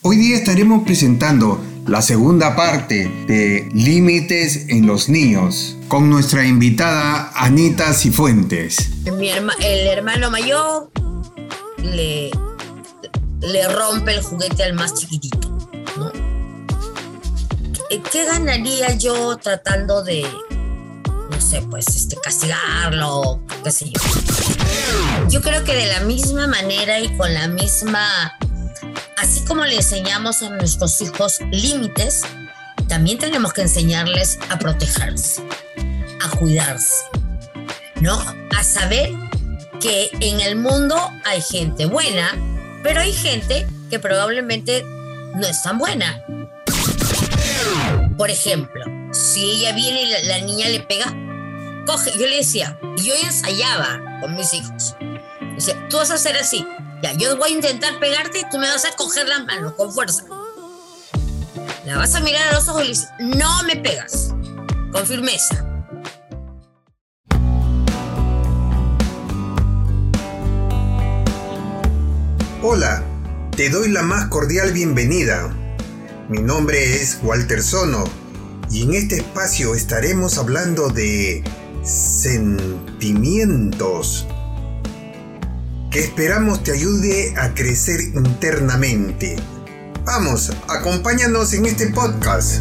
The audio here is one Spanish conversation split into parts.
Hoy día estaremos presentando la segunda parte de Límites en los niños con nuestra invitada Anita Cifuentes. El hermano mayor le rompe el juguete al más chiquitito, ¿no? ¿Qué ganaría yo tratando de, no sé, pues, castigarlo, qué sé yo? Yo creo que de la misma manera y con la misma, así como le enseñamos a nuestros hijos límites, también tenemos que enseñarles a protegerse, a cuidarse, ¿no? A saber que en el mundo hay gente buena, pero hay gente que probablemente no es tan buena. Por ejemplo, si ella viene y la niña le pega, coge, yo le decía, y yo ensayaba con mis hijos. Decía, tú vas a hacer así, ya, yo voy a intentar pegarte y tú me vas a coger la mano con fuerza. La vas a mirar a los ojos y le dices, no me pegas, con firmeza. Hola, te doy la más cordial bienvenida. Mi nombre es Walter Sono y en este espacio estaremos hablando de sentimientos que esperamos te ayude a crecer internamente. Vamos, acompáñanos en este podcast.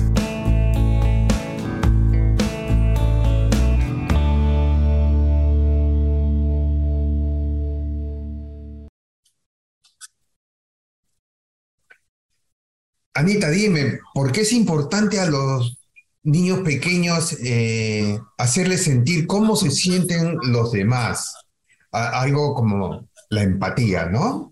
Anita, dime, ¿por qué es importante a los niños pequeños hacerles sentir cómo se sienten los demás? Algo como la empatía, ¿no?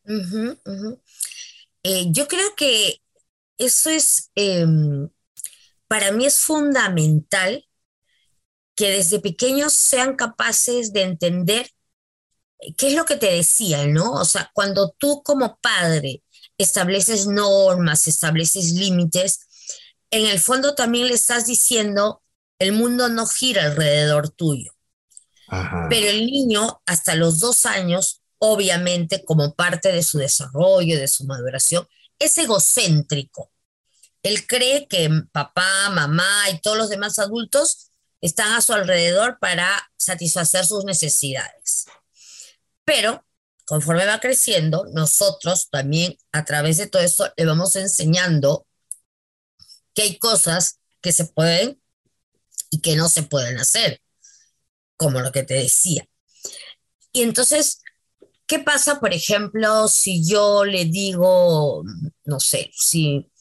Yo creo que eso es, para mí es fundamental que desde pequeños sean capaces de entender qué es lo que te decía, ¿no? O sea, cuando tú como padre estableces normas, estableces límites, en el fondo también le estás diciendo, el mundo no gira alrededor tuyo. Ajá. Pero el niño, hasta los 2 años, obviamente, como parte de su desarrollo, de su maduración, es egocéntrico. Él cree que papá, mamá y todos los demás adultos están a su alrededor para satisfacer sus necesidades. Pero conforme va creciendo, nosotros también a través de todo esto le vamos enseñando que hay cosas que se pueden y que no se pueden hacer, como lo que te decía. Y entonces, ¿qué pasa, por ejemplo, si yo le digo, no sé, si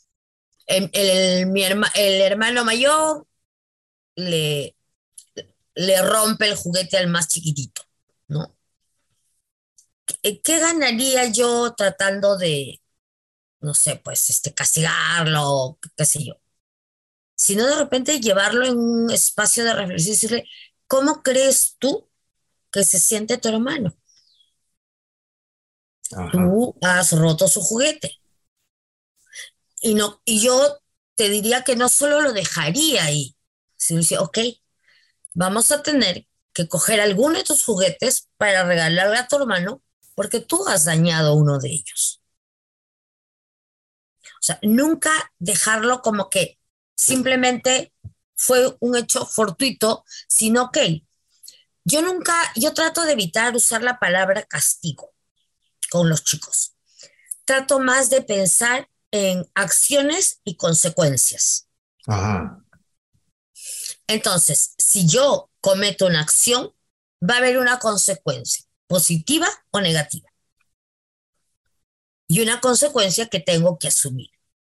el hermano mayor le rompe el juguete al más chiquitito, ¿no? ¿Qué ganaría yo tratando de, no sé, pues, castigarlo, qué sé yo? Sino de repente llevarlo en un espacio de reflexión y decirle, ¿cómo crees tú que se siente tu hermano? Ajá. Tú has roto su juguete. Y yo te diría que no solo lo dejaría ahí, sino decir, ok, vamos a tener que coger alguno de tus juguetes para regalarle a tu hermano porque tú has dañado uno de ellos. O sea, nunca dejarlo como que simplemente fue un hecho fortuito, sino que yo trato de evitar usar la palabra castigo con los chicos. Trato más de pensar en acciones y consecuencias. Ajá. Entonces, si yo cometo una acción, va a haber una consecuencia, positiva o negativa. Y una consecuencia que tengo que asumir.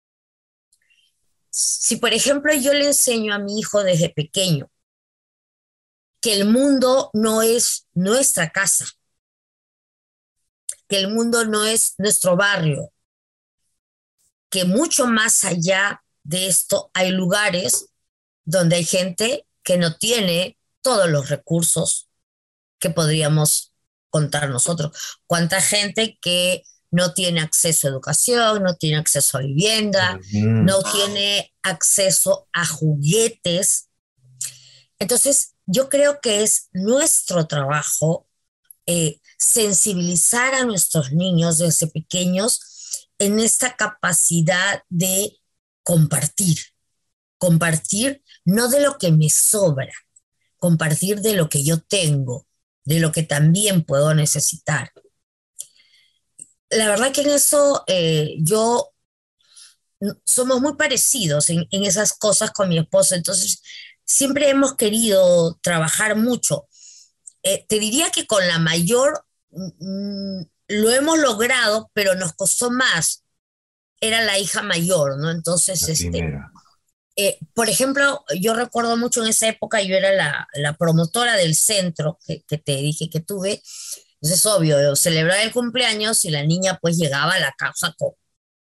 Si, por ejemplo, yo le enseño a mi hijo desde pequeño que el mundo no es nuestra casa, que el mundo no es nuestro barrio, que mucho más allá de esto hay lugares donde hay gente que no tiene todos los recursos que podríamos contar nosotros. ¿Cuánta gente que no tiene acceso a educación, no tiene acceso a vivienda, no tiene acceso a juguetes? Entonces, yo creo que es nuestro trabajo sensibilizar a nuestros niños desde pequeños en esta capacidad de compartir, compartir no de lo que me sobra, compartir de lo que yo tengo, de lo que también puedo necesitar. La verdad que en eso yo somos muy parecidos en esas cosas con mi esposo, entonces siempre hemos querido trabajar mucho. Te diría que con la mayor lo hemos logrado, pero nos costó más. Era la hija mayor, ¿no? Entonces, La primera. por ejemplo, yo recuerdo mucho en esa época, yo era la promotora del centro que te dije que tuve. Entonces, obvio, celebraba el cumpleaños y la niña pues llegaba a la casa con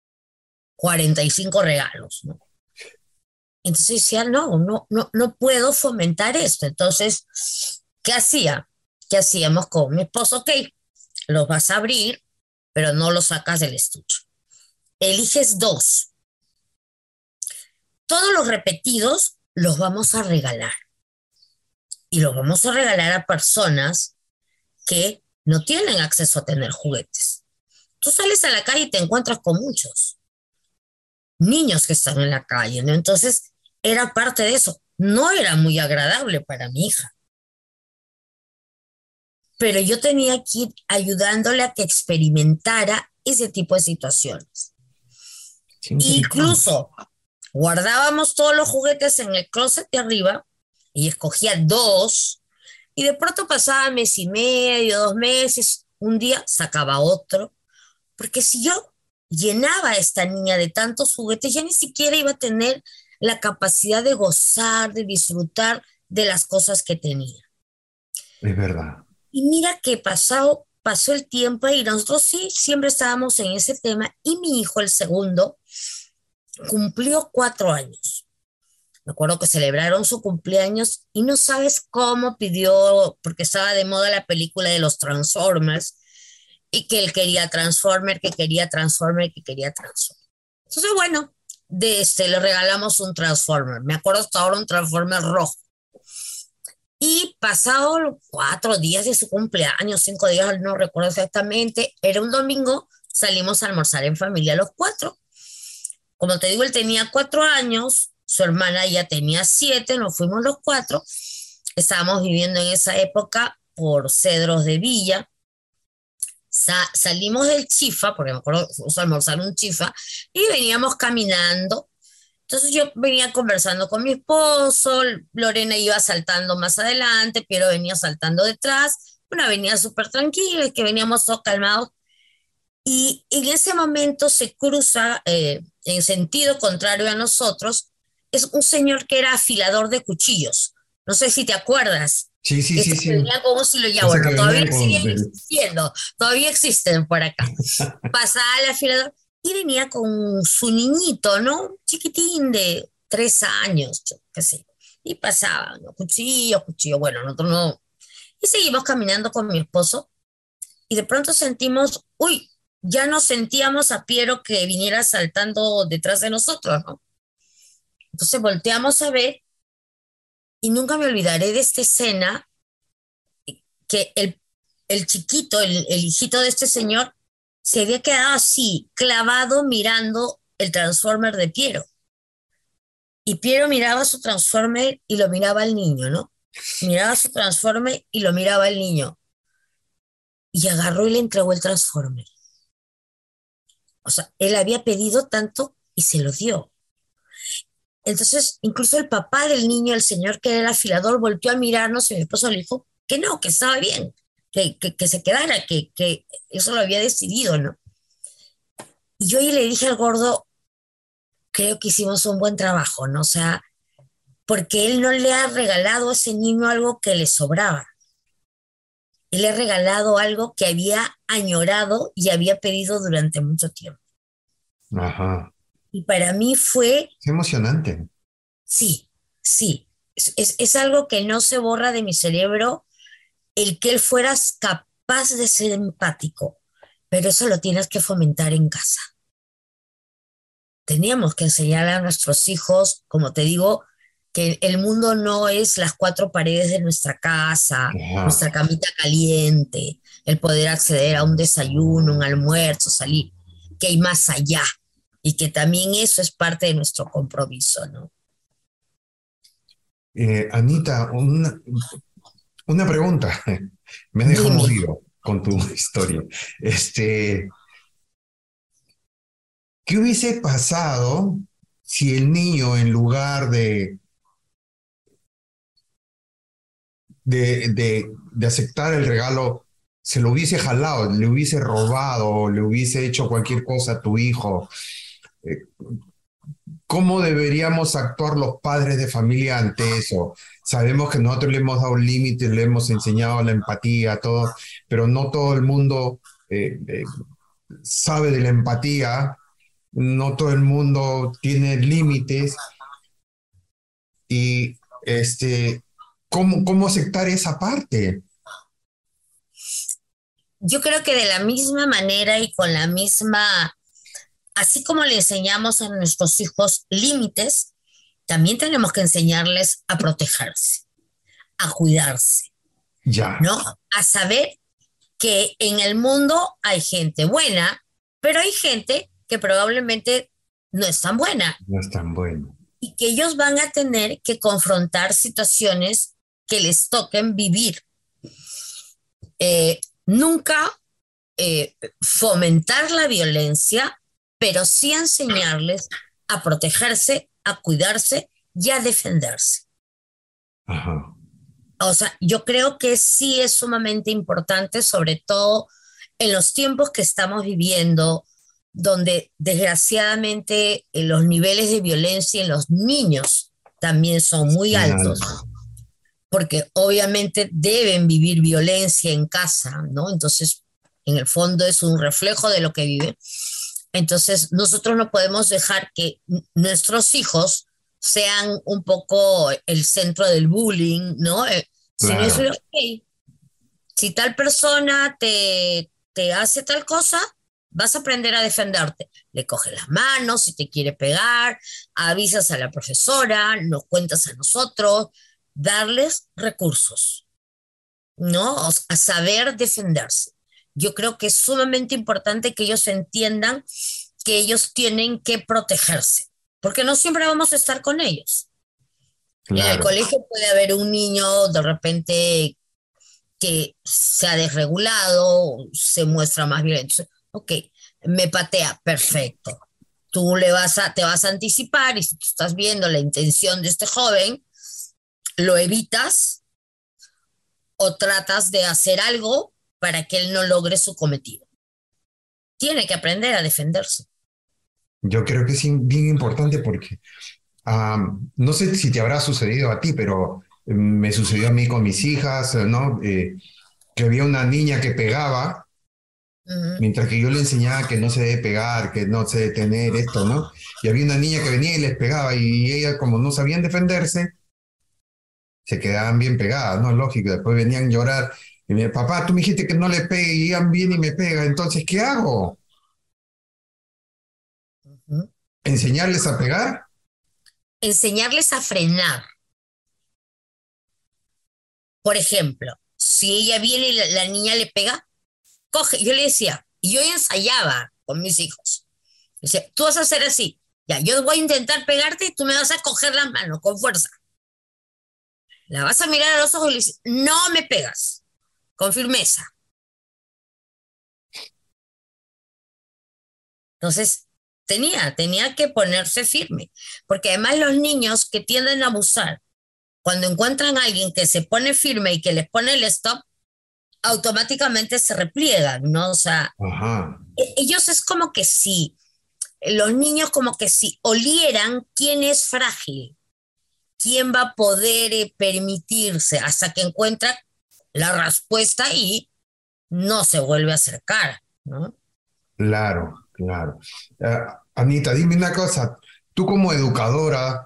45 regalos, ¿no? Entonces decía, no puedo fomentar esto. Entonces, ¿qué hacía? ¿Qué hacíamos con mi esposo? Ok, los vas a abrir, pero no los sacas del estuche. Eliges dos. Todos los repetidos los vamos a regalar. Y los vamos a regalar a personas que no tienen acceso a tener juguetes. Tú sales a la calle y te encuentras con muchos niños que están en la calle, ¿no? Entonces, era parte de eso. No era muy agradable para mi hija, pero yo tenía que ir ayudándole a que experimentara ese tipo de situaciones. Qué interesante. Incluso guardábamos todos los juguetes en el closet de arriba y escogía dos, y de pronto pasaba mes y medio, 2 meses, un día sacaba otro, porque si yo llenaba a esta niña de tantos juguetes, ya ni siquiera iba a tener la capacidad de gozar, de disfrutar de las cosas que tenía. Es verdad. Y mira que pasó el tiempo y nosotros sí, siempre estábamos en ese tema, y mi hijo, el segundo, cumplió 4 años. Me acuerdo que celebraron su cumpleaños y no sabes cómo pidió, porque estaba de moda la película de los Transformers, y que él quería Transformer, que quería Transformer, que quería Transformer. Entonces, bueno, le regalamos un Transformer. Me acuerdo hasta ahora un Transformer rojo. Y pasado 4 días de su cumpleaños, 5 días, no recuerdo exactamente, era un domingo, salimos a almorzar en familia los cuatro. Como te digo, él tenía 4 años, su hermana ya tenía 7, nos fuimos los cuatro. Estábamos viviendo en esa época por Cedros de Villa. Salimos del Chifa, porque me acuerdo, fuimos a almorzar un Chifa, y veníamos caminando. Entonces yo venía conversando con mi esposo, Lorena iba saltando más adelante, Piero venía saltando detrás, una avenida súper tranquila, es que veníamos todos calmados, y en ese momento se cruza en sentido contrario a nosotros, es un señor que era afilador de cuchillos. No sé si te acuerdas. Sí, sí, sí, Estos que sí. venían con un silo, ya O sea que bueno, todavía venían con... siguen existiendo, todavía existen por acá. Pasaba el afilador y venía con su niñito, ¿no? Chiquitín de 3 años, yo qué sé. Y pasaba, ¿no? Cuchillo, cuchillo. Bueno, nosotros no. Y seguimos caminando con mi esposo y de pronto sentimos, uy, ya no sentíamos a Piero que viniera saltando detrás de nosotros, ¿no? Entonces volteamos a ver y nunca me olvidaré de esta escena que el chiquito, el hijito de este señor, se había quedado así, clavado mirando el Transformer de Piero. Y Piero miraba su Transformer y lo miraba al niño, ¿no? Miraba su Transformer y lo miraba al niño. Y agarró y le entregó el Transformer. O sea, él había pedido tanto y se lo dio. Entonces, incluso el papá del niño, el señor que era el afilador, volteó a mirarnos y mi esposo le dijo que no, que estaba bien, que se quedara, que eso lo había decidido, ¿no? Y yo ahí le dije al gordo, creo que hicimos un buen trabajo, ¿no? O sea, porque él no le ha regalado a ese niño algo que le sobraba. Él le ha regalado algo que había añorado y había pedido durante mucho tiempo. Ajá. Y para mí fue, Es emocionante. sí, sí, es algo que no se borra de mi cerebro, el que él fuera capaz de ser empático, pero eso lo tienes que fomentar en casa. Teníamos que enseñarle a nuestros hijos, como te digo, que el mundo no es las cuatro paredes de nuestra casa, Ajá. nuestra camita caliente, el poder acceder a un desayuno, un almuerzo, salir. que hay más allá y que también eso es parte de nuestro compromiso, ¿no? Anita, una pregunta. Me has dejado Dime. movido con tu historia. Este, ¿Qué hubiese pasado si el niño, en lugar de aceptar el regalo, se lo hubiese jalado, le hubiese robado, le hubiese hecho cualquier cosa a tu hijo? Eh, ¿Cómo deberíamos actuar los padres de familia ante eso? Sabemos que nosotros le hemos dado límites, le hemos enseñado la empatía, todo, pero no todo el mundo sabe de la empatía, no todo el mundo tiene límites y ¿cómo aceptar esa parte? Yo creo que de la misma manera y con la misma, así como le enseñamos a nuestros hijos límites, también tenemos que enseñarles a protegerse, a cuidarse, Ya, ¿no? A saber que en el mundo hay gente buena, pero hay gente que probablemente no es tan buena no es tan bueno. y que ellos van a tener que confrontar situaciones que les toquen vivir. Nunca fomentar la violencia, pero sí enseñarles a protegerse, a cuidarse y a defenderse. Ajá, O sea, yo creo que sí es sumamente importante, sobre todo en los tiempos que estamos viviendo, donde desgraciadamente los niveles de violencia en los niños también son muy bien altos, alto. porque obviamente deben vivir violencia en casa, ¿no? Entonces, en el fondo es un reflejo de lo que viven. Entonces, nosotros no podemos dejar que nuestros hijos sean un poco el centro del bullying, ¿no? Sino Claro, decir, ok, si tal persona te hace tal cosa, vas a aprender a defenderte. Le coges las manos, si te quiere pegar, avisas a la profesora, nos cuentas a nosotros, darles recursos, ¿no? A saber defenderse. Yo creo que es sumamente importante que ellos entiendan que ellos tienen que protegerse, porque no siempre vamos a estar con ellos. En el claro. colegio puede haber un niño de repente que se ha desregulado, se muestra más violento. Ok, me patea, perfecto. Te vas a anticipar y si tú estás viendo la intención de este joven, lo evitas o tratas de hacer algo para que él no logre su cometido. Tiene que aprender a defenderse. Yo creo que es bien importante porque no sé si te habrá sucedido a ti, pero me sucedió a mí con mis hijas, ¿no? Que había una niña que pegaba, Uh -huh. mientras que yo le enseñaba que no se debe pegar, que no se debe tener esto, ¿no? Y había una niña que venía y les pegaba y ellas, como no sabían defenderse, se quedaban bien pegadas, ¿no? Lógico, después venían a llorar y me decían, papá, tú me dijiste que no le pegue y iban bien y me pega, entonces, ¿qué hago? Uh -huh. ¿Enseñarles a pegar? Enseñarles a frenar. Por ejemplo, si ella viene y la niña le pega, coge, yo le decía, y yo ensayaba con mis hijos. Dice, tú vas a hacer así, ya, yo voy a intentar pegarte y tú me vas a coger las manos con fuerza. La vas a mirar a los ojos y le dices, no me pegas, con firmeza. Entonces, tenía que ponerse firme, porque además los niños que tienden a abusar, cuando encuentran a alguien que se pone firme y que les pone el stop, automáticamente se repliegan, ¿no? O sea, Ajá, ellos es como que si, los niños como que si olieran quién es frágil, quién va a poder permitirse hasta que encuentra la respuesta y no se vuelve a acercar, ¿no? claro, claro. Eh, Anita, dime una cosa, tú como educadora,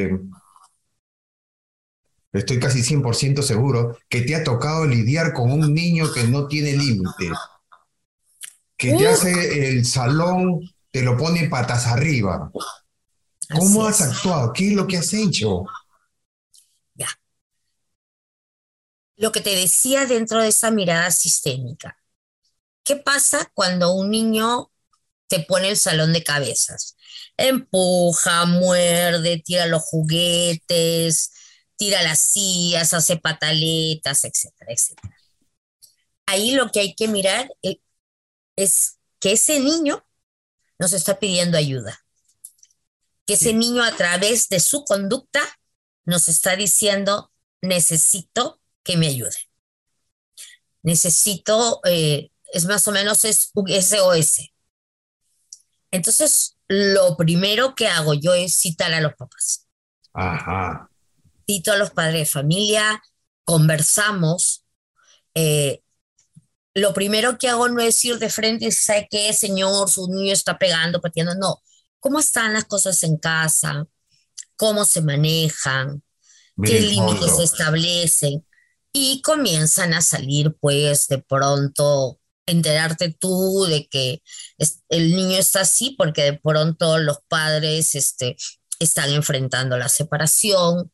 estoy casi 100% seguro que te ha tocado lidiar con un niño que no tiene límites, que te Uh, hace el salón, te lo pone patas arriba. así ¿Cómo has es. actuado? ¿Qué es lo que has hecho? Ya. Lo que te decía dentro de esa mirada sistémica. ¿Qué pasa cuando un niño te pone el salón de cabezas. Empuja, muerde, tira los juguetes, tira las sillas, hace pataletas, etcétera, etcétera. Ahí lo que hay que mirar es que ese niño nos está pidiendo ayuda, que ese Sí. niño a través de su conducta nos está diciendo, necesito que me ayude. Necesito, es más o menos es un SOS. Entonces, lo primero que hago yo es citar a los papás. Ajá. Cito a los padres de familia, conversamos. eh, lo primero que hago no es ir de frente, ¿sabe qué, señor? Su niño está pegando, pateando. No. ¿Cómo están las cosas en casa? ¿Cómo se manejan? Mira ¿Qué el límites se fondo. establecen? Y comienzan a salir, pues, de pronto, enterarte tú de que el niño está así porque de pronto los padres están enfrentando la separación,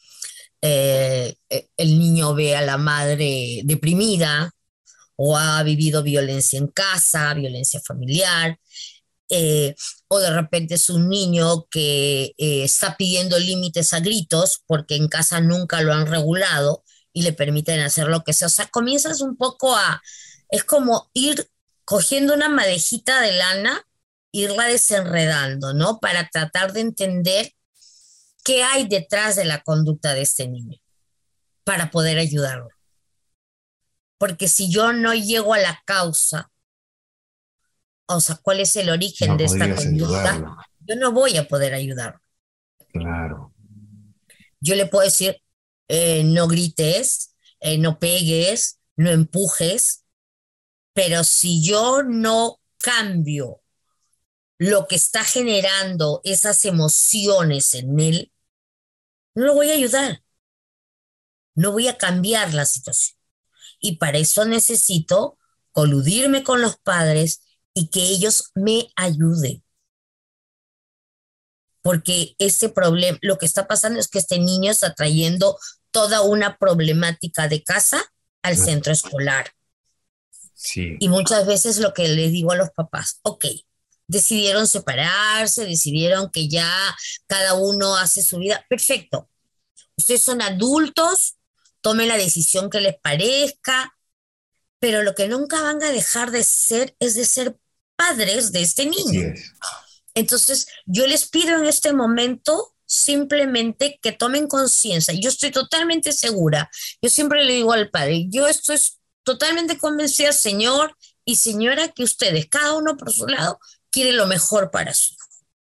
el niño ve a la madre deprimida o ha vivido violencia en casa, violencia familiar, eh, o de repente es un niño que está pidiendo límites a gritos porque en casa nunca lo han regulado y le permiten hacer lo que sea. O sea, comienzas un poco es como ir cogiendo una madejita de lana, irla desenredando, ¿no? Para tratar de entender qué hay detrás de la conducta de este niño, para poder ayudarlo. Porque si yo no llego a la causa, o sea, cuál es el origen No de esta podrías conducta, ayudarlo. yo no voy a poder ayudarlo. Claro. Yo le puedo decir, no grites, no pegues, no empujes, pero si yo no cambio lo que está generando esas emociones en él, no lo voy a ayudar, no voy a cambiar la situación. Y para eso necesito coludirme con los padres y que ellos me ayuden. Porque este problema, lo que está pasando es que este niño está trayendo toda una problemática de casa al centro escolar. Sí. Y muchas veces lo que le digo a los papás, ok, decidieron separarse, decidieron que ya cada uno hace su vida, perfecto. Ustedes son adultos, tomen la decisión que les parezca, pero lo que nunca van a dejar de ser es de ser padres de este Así niño. es. Entonces, yo les pido en este momento simplemente que tomen conciencia. Yo estoy totalmente segura. Yo siempre le digo al padre, yo estoy totalmente convencida, señor y señora, que ustedes, cada uno por su lado, quiere lo mejor para su hijo.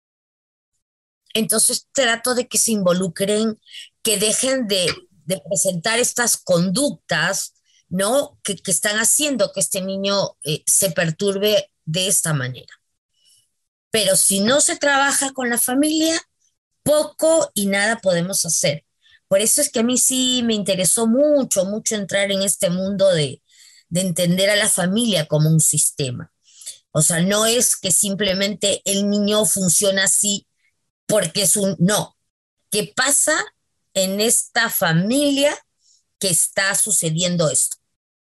Entonces, trato de que se involucren, que dejen de presentar estas conductas, ¿no? Que están haciendo que este niño se perturbe de esta manera. Pero si no se trabaja con la familia, poco y nada podemos hacer. Por eso es que a mí sí me interesó mucho, mucho entrar en este mundo de entender a la familia como un sistema. O sea, no es que simplemente el niño funciona así porque es un... No, ¿qué pasa en esta familia que está sucediendo esto?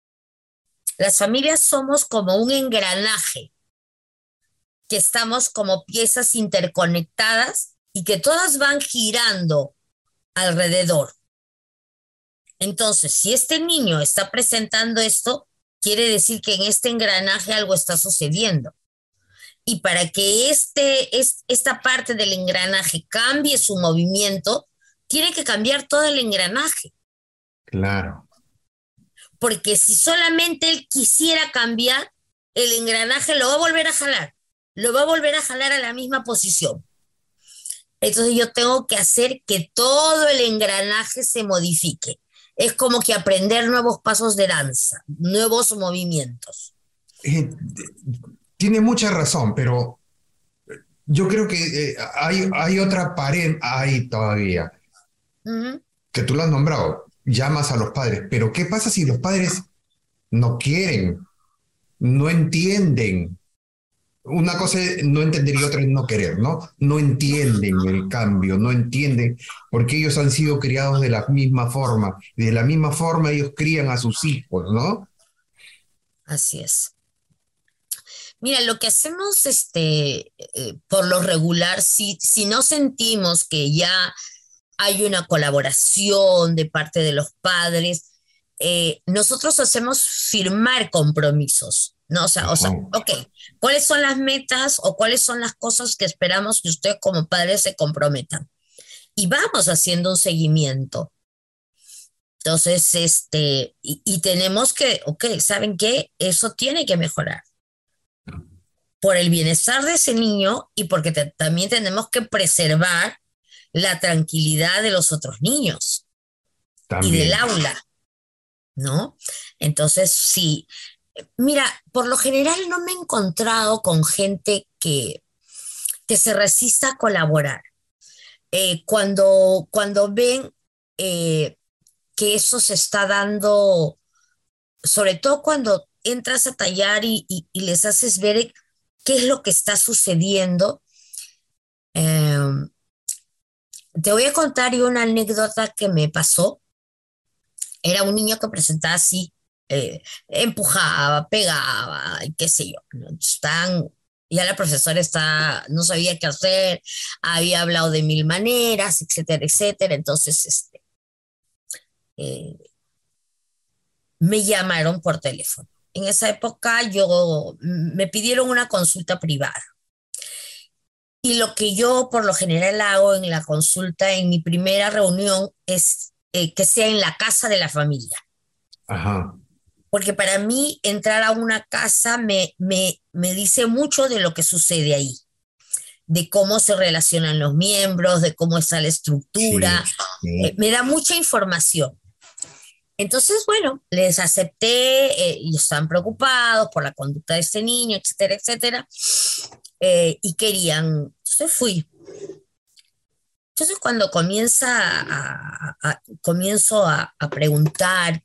Las familias somos como un engranaje, que estamos como piezas interconectadas y que todas van girando alrededor. Entonces, si este niño está presentando esto, quiere decir que en este engranaje algo está sucediendo. Y para que esta parte del engranaje cambie su movimiento, tiene que cambiar todo el engranaje. Claro. Porque si solamente él quisiera cambiar, el engranaje lo va a volver a jalar. Lo va a volver a jalar a la misma posición. Entonces yo tengo que hacer que todo el engranaje se modifique. Es como que aprender nuevos pasos de danza, nuevos movimientos. Tiene mucha razón, pero yo creo que hay otra pared ahí todavía, Ujú. que tú lo has nombrado. Llamas a los padres, pero ¿qué pasa si los padres no quieren, no entienden? Una cosa es no entender y otra es no querer, ¿no? No entienden el cambio, no entienden porque ellos han sido criados de la misma forma y de la misma forma ellos crían a sus hijos, ¿no? Así es. Mira, lo que hacemos por lo regular, si no sentimos que ya hay una colaboración de parte de los padres, nosotros hacemos firmar compromisos, ¿no? Ajá. Ok, ¿cuáles son las metas o cuáles son las cosas que esperamos que ustedes como padres se comprometan? Y vamos haciendo un seguimiento. Entonces, y tenemos que, ok, ¿saben qué? Eso tiene que mejorar por el bienestar de ese niño y porque también tenemos que preservar la tranquilidad de los otros niños y del También. aula, ¿no? Entonces, sí, mira, por lo general no me he encontrado con gente que se resista a colaborar. Cuando ven eh, que eso se está dando, sobre todo cuando entras a tallar y les haces ver qué es lo que está sucediendo. Eh, Te voy a contar yo una anécdota que me pasó. Era un niño que presentaba así, empujaba, pegaba, y qué sé yo, ¿no? Ya la profesora no sabía qué hacer, había hablado de mil maneras, etcétera, etcétera. Entonces, eh, me llamaron por teléfono. En esa época me pidieron una consulta privada. Y lo que yo por lo general hago en la consulta, en mi primera reunión, es que sea en la casa de la familia. Ajá. Porque para mí entrar a una casa me dice mucho de lo que sucede ahí, de cómo se relacionan los miembros, de cómo está la estructura, Sí, sí. me da mucha información. Entonces, bueno, les acepté, y están preocupados por la conducta de este niño, etcétera, etcétera, y querían, entonces fui. Entonces, cuando comienzo a preguntar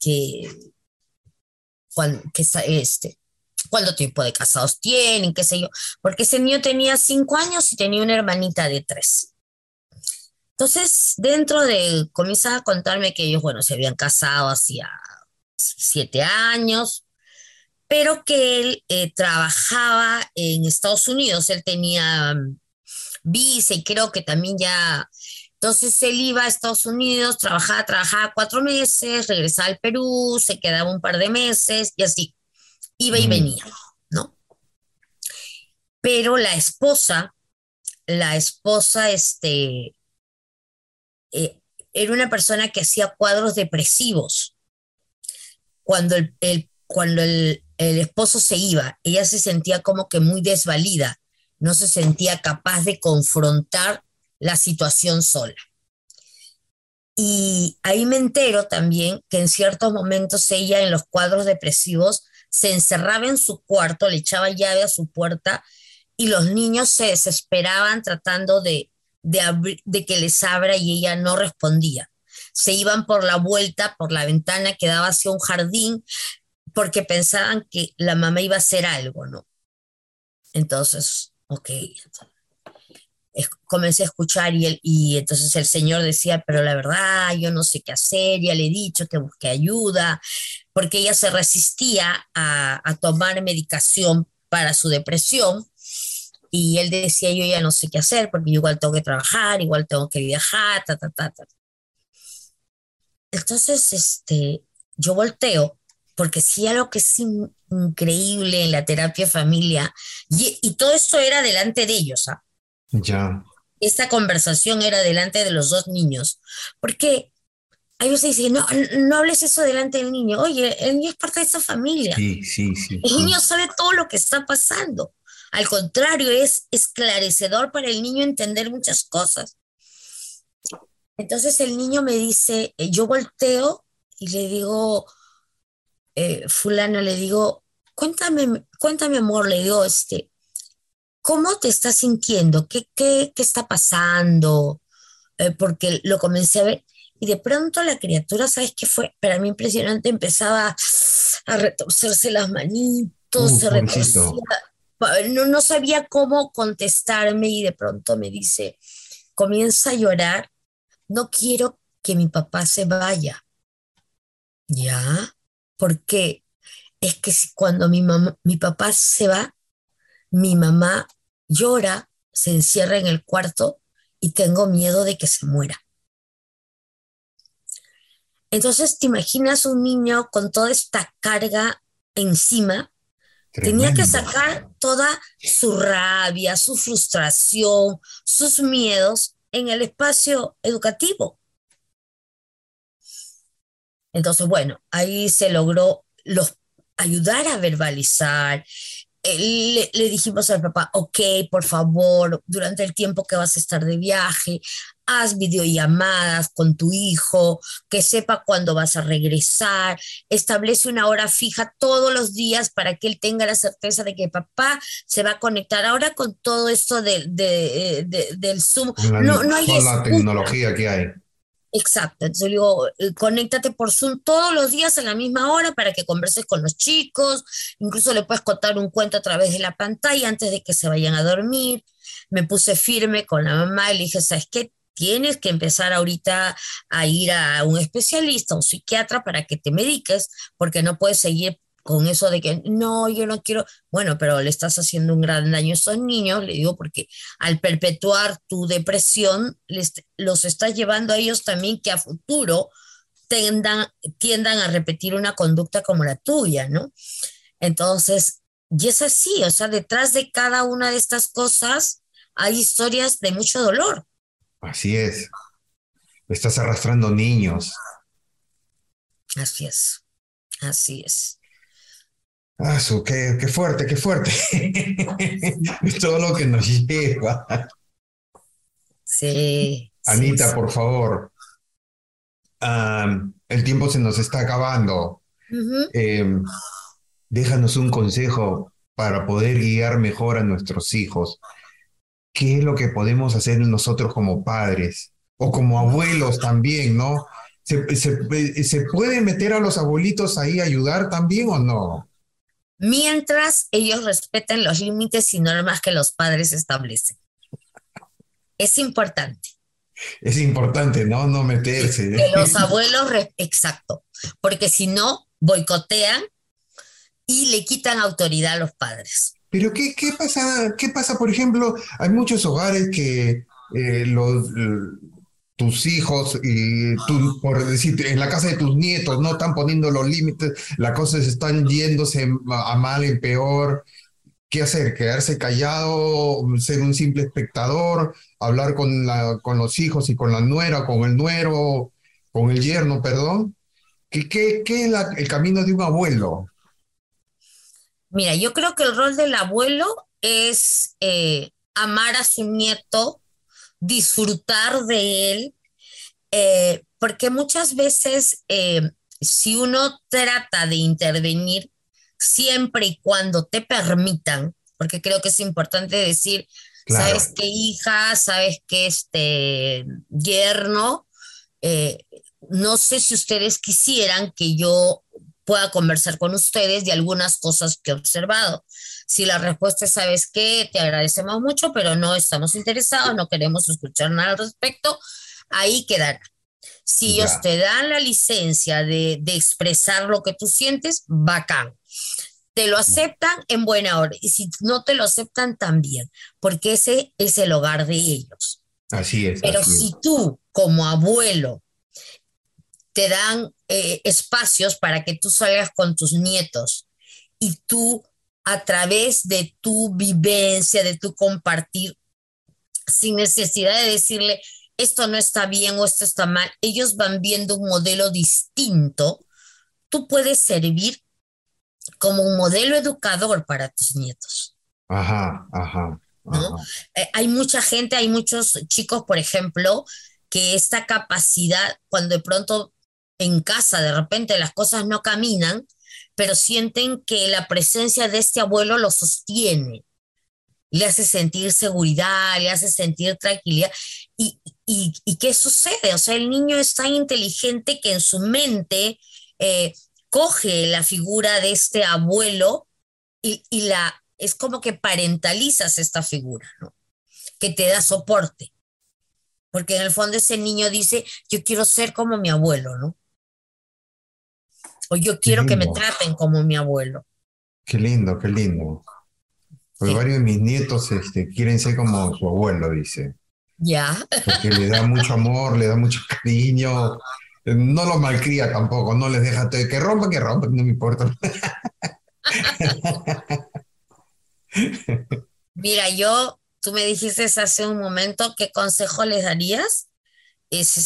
cuánto tiempo de casados tienen, qué sé yo, porque ese niño tenía 5 años y tenía una hermanita de 3. Entonces, comienza a contarme que ellos, bueno, se habían casado hacía 7 años, pero que él trabajaba en Estados Unidos, él tenía visa y creo que también ya. Entonces él iba a Estados Unidos, trabajaba 4 meses, regresaba al Perú, se quedaba un par de meses y así, iba y Mm, venía, ¿no? Pero la esposa, era una persona que hacía cuadros depresivos. Cuando el esposo se iba, ella se sentía como que muy desvalida, no se sentía capaz de confrontar la situación sola. Y ahí me entero también que en ciertos momentos ella en los cuadros depresivos se encerraba en su cuarto, le echaba llave a su puerta y los niños se desesperaban tratando de que les abra y ella no respondía. Se iban por la vuelta, por la ventana que daba hacia un jardín, porque pensaban que la mamá iba a hacer algo, ¿no? Entonces, ok, comencé a escuchar y entonces el señor decía, pero la verdad, yo no sé qué hacer, ya le he dicho que busque ayuda, porque ella se resistía a tomar medicación para su depresión. Y él decía, yo ya no sé qué hacer, porque yo igual tengo que trabajar, igual tengo que viajar, ta, ta, ta, ta. Entonces, yo volteo, porque sí algo que es increíble en la terapia de familia, y todo esto era delante de ellos, ¿ah? ya. Esta conversación era delante de los dos niños, porque hay veces dicen, no, no hables eso delante del niño. Oye, el niño es parte de esa familia. Sí, sí, sí, El niño sí. sabe todo lo que está pasando. Al contrario, es esclarecedor para el niño entender muchas cosas. Entonces el niño me dice, yo volteo y le digo, fulano, le digo, cuéntame, amor, le digo, ¿cómo te estás sintiendo? ¿Qué está pasando? Porque lo comencé a ver. Y de pronto la criatura, ¿sabes qué fue? Para mí impresionante, empezaba a retorcerse las manitos, se retorcía. Pobrecito. No sabía cómo contestarme y de pronto me dice, comienza a llorar, no quiero que mi papá se vaya. ¿Ya? Porque es que cuando mi papá se va, mi mamá llora, se encierra en el cuarto y tengo miedo de que se muera. Entonces, ¿te imaginas un niño con toda esta carga encima? Tenía que Tremendo. sacar toda su rabia, su frustración, sus miedos en el espacio educativo. Entonces, bueno, ahí se logró ayudar a verbalizar. Le dijimos al papá, ok, por favor, durante el tiempo que vas a estar de viaje, haz videollamadas con tu hijo, que sepa cuándo vas a regresar, establece una hora fija todos los días para que él tenga la certeza de que papá se va a conectar. Ahora con todo esto del Zoom, Con la, no hay con la excusa. tecnología que hay. Exacto, entonces yo digo, conéctate por Zoom todos los días a la misma hora para que converses con los chicos, incluso le puedes contar un cuento a través de la pantalla antes de que se vayan a dormir. Me puse firme con la mamá y le dije, ¿sabes qué? Tienes que empezar ahorita a ir a un especialista, un psiquiatra para que te mediques, porque no puedes seguir con eso de que no, yo no quiero. Bueno, pero le estás haciendo un gran daño a esos niños, le digo, porque al perpetuar tu depresión, los estás llevando a ellos también que a futuro tendan, tiendan a repetir una conducta como la tuya, ¿no? Entonces, y es así, o sea, detrás de cada una de estas cosas hay historias de mucho dolor. Así es. Estás arrastrando niños. Así es, así es. Ah, qué fuerte, qué fuerte. Es todo lo que nos lleva. Sí, sí, Anita, sí. por favor. El tiempo se nos está acabando. Ujú. Em, Déjanos un consejo para poder guiar mejor a nuestros hijos. ¿Qué es lo que podemos hacer nosotros como padres o como abuelos también, ¿no? ¿Se puede meter a los abuelitos ahí a ayudar también o no? Mientras ellos respeten los límites y normas que los padres establecen. Es importante. Es importante, ¿no? No Sí, que meterse. los abuelos, exacto, porque si no, boicotean y le quitan autoridad a los padres. Pero qué pasa, por ejemplo, hay muchos hogares que tus hijos y tú, por decir, en la casa de tus nietos no están poniendo los límites, las cosas están yéndose a mal, en peor. ¿Qué hacer? ¿Quedarse callado, ser un simple espectador, hablar con los hijos y con la nuera, con el nuero, con el yerno, perdón? ¿Qué es el camino de un abuelo? Mira, yo creo que el rol del abuelo es amar a su nieto, disfrutar de él, porque muchas veces si uno trata de intervenir siempre y cuando te permitan, porque creo que es importante decir, sabes Claro. qué hija, sabes qué yerno, eh, no sé si ustedes quisieran que yo pueda conversar con ustedes de algunas cosas que he observado. Si la respuesta es, ¿sabes qué? Te agradecemos mucho, pero no estamos interesados, no queremos escuchar nada al respecto, ahí quedará. Si ellos Ya. te dan la licencia de expresar lo que tú sientes, bacán. Te lo aceptan en buena hora. Y si no te lo aceptan, también, porque ese es el hogar de ellos. Así es, Pero así es. si tú, como abuelo, te dan espacios para que tú salgas con tus nietos y tú, a través de tu vivencia, de tu compartir, sin necesidad de decirle esto no está bien o esto está mal, ellos van viendo un modelo distinto, tú puedes servir como un modelo educador para tus nietos, Ajá, ajá, ¿no? ajá. Hay mucha gente, hay muchos chicos, por ejemplo, que esta capacidad, cuando de pronto en casa de repente las cosas no caminan, pero sienten que la presencia de este abuelo lo sostiene, le hace sentir seguridad, le hace sentir tranquilidad. ¿Y qué sucede? O sea, el niño es tan inteligente que en su mente eh, coge la figura de este abuelo es como que parentalizas esta figura, ¿no? Que te da soporte, porque en el fondo ese niño dice, yo quiero ser como mi abuelo, ¿no? O yo Qué quiero que me lindo, traten como mi abuelo. qué lindo, qué lindo. Porque Sí. varios de mis nietos quieren ser como su abuelo, dice. Ya. Porque le da mucho amor, le da mucho cariño. No los malcría tampoco, no les deja que rompan, no me importa. Mira, tú me dijiste hace un momento, ¿qué consejo les darías? Es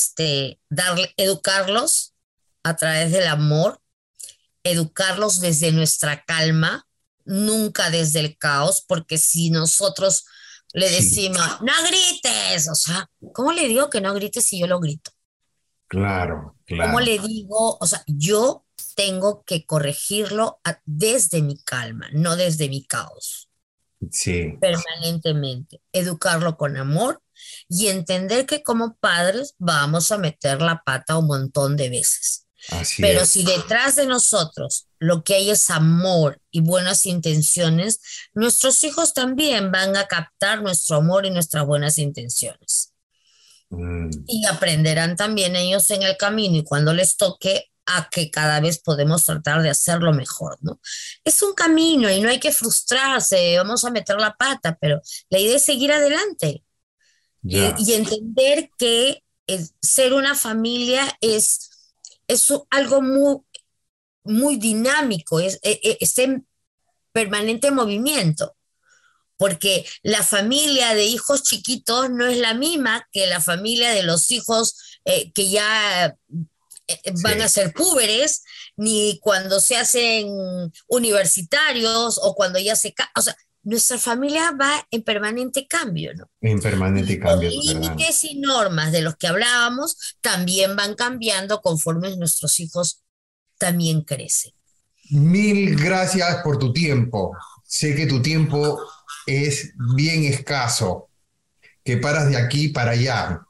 educarlos a través del amor, educarlos desde nuestra calma, nunca desde el caos, porque si nosotros le Sí, decimos, no grites, o sea, ¿cómo le digo que no grites si yo lo grito? claro, ¿Cómo claro. le digo? O sea, yo tengo que corregirlo desde mi calma, no desde mi caos, Sí, permanentemente. Educarlo con amor y entender que como padres vamos a meter la pata un montón de veces. así Pero es. si detrás de nosotros lo que hay es amor y buenas intenciones, nuestros hijos también van a captar nuestro amor y nuestras buenas intenciones. Mm, Y aprenderán también ellos en el camino y cuando les toque a que cada vez podemos tratar de hacerlo mejor, ¿no? Es un camino y no hay que frustrarse, vamos a meter la pata, pero la idea es seguir adelante ya, y entender que ser una familia es algo muy dinámico, está en permanente movimiento, porque la familia de hijos chiquitos no es la misma que la familia de los hijos que ya van a sí. ser púberes, ni cuando se hacen universitarios o cuando ya o sea, nuestra familia va en permanente cambio, ¿no? En permanente Y los cambio, es verdad. límites y normas de los que hablábamos también van cambiando conforme nuestros hijos también crecen. Mil gracias por tu tiempo. Sé que tu tiempo es bien escaso, que paras de aquí para allá.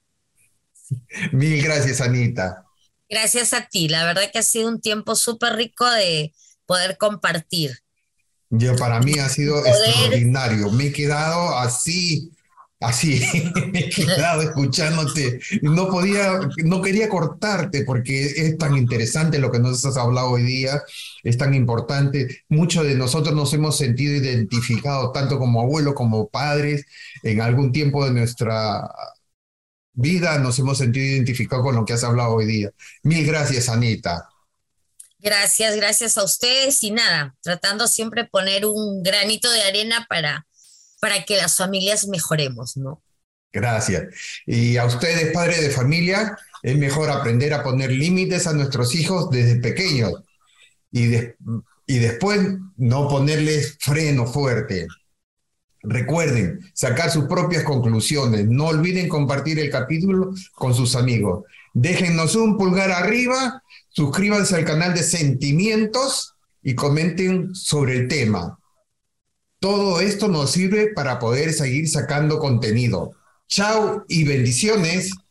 Mil gracias, Anita. Gracias a ti, la verdad que ha sido un tiempo súper rico de poder compartir Yo, para mí ha y sido poder, extraordinario. Me he quedado así, así, me he quedado escuchándote. No quería cortarte porque es tan interesante lo que nos has hablado hoy día, es tan importante. Muchos de nosotros nos hemos sentido identificados, tanto como abuelos como padres, en algún tiempo de nuestra vida nos hemos sentido identificados con lo que has hablado hoy día. Mil gracias, Anita. gracias a ustedes y nada, tratando siempre de poner un granito de arena para que las familias mejoremos, ¿no? Gracias. Y a ustedes, padres de familia, es mejor aprender a poner límites a nuestros hijos desde pequeños y, y después no ponerles freno fuerte. Recuerden sacar sus propias conclusiones. No olviden compartir el capítulo con sus amigos. Déjennos un pulgar arriba, suscríbanse al canal de Sentimientos y comenten sobre el tema. Todo esto nos sirve para poder seguir sacando contenido. Chao y bendiciones.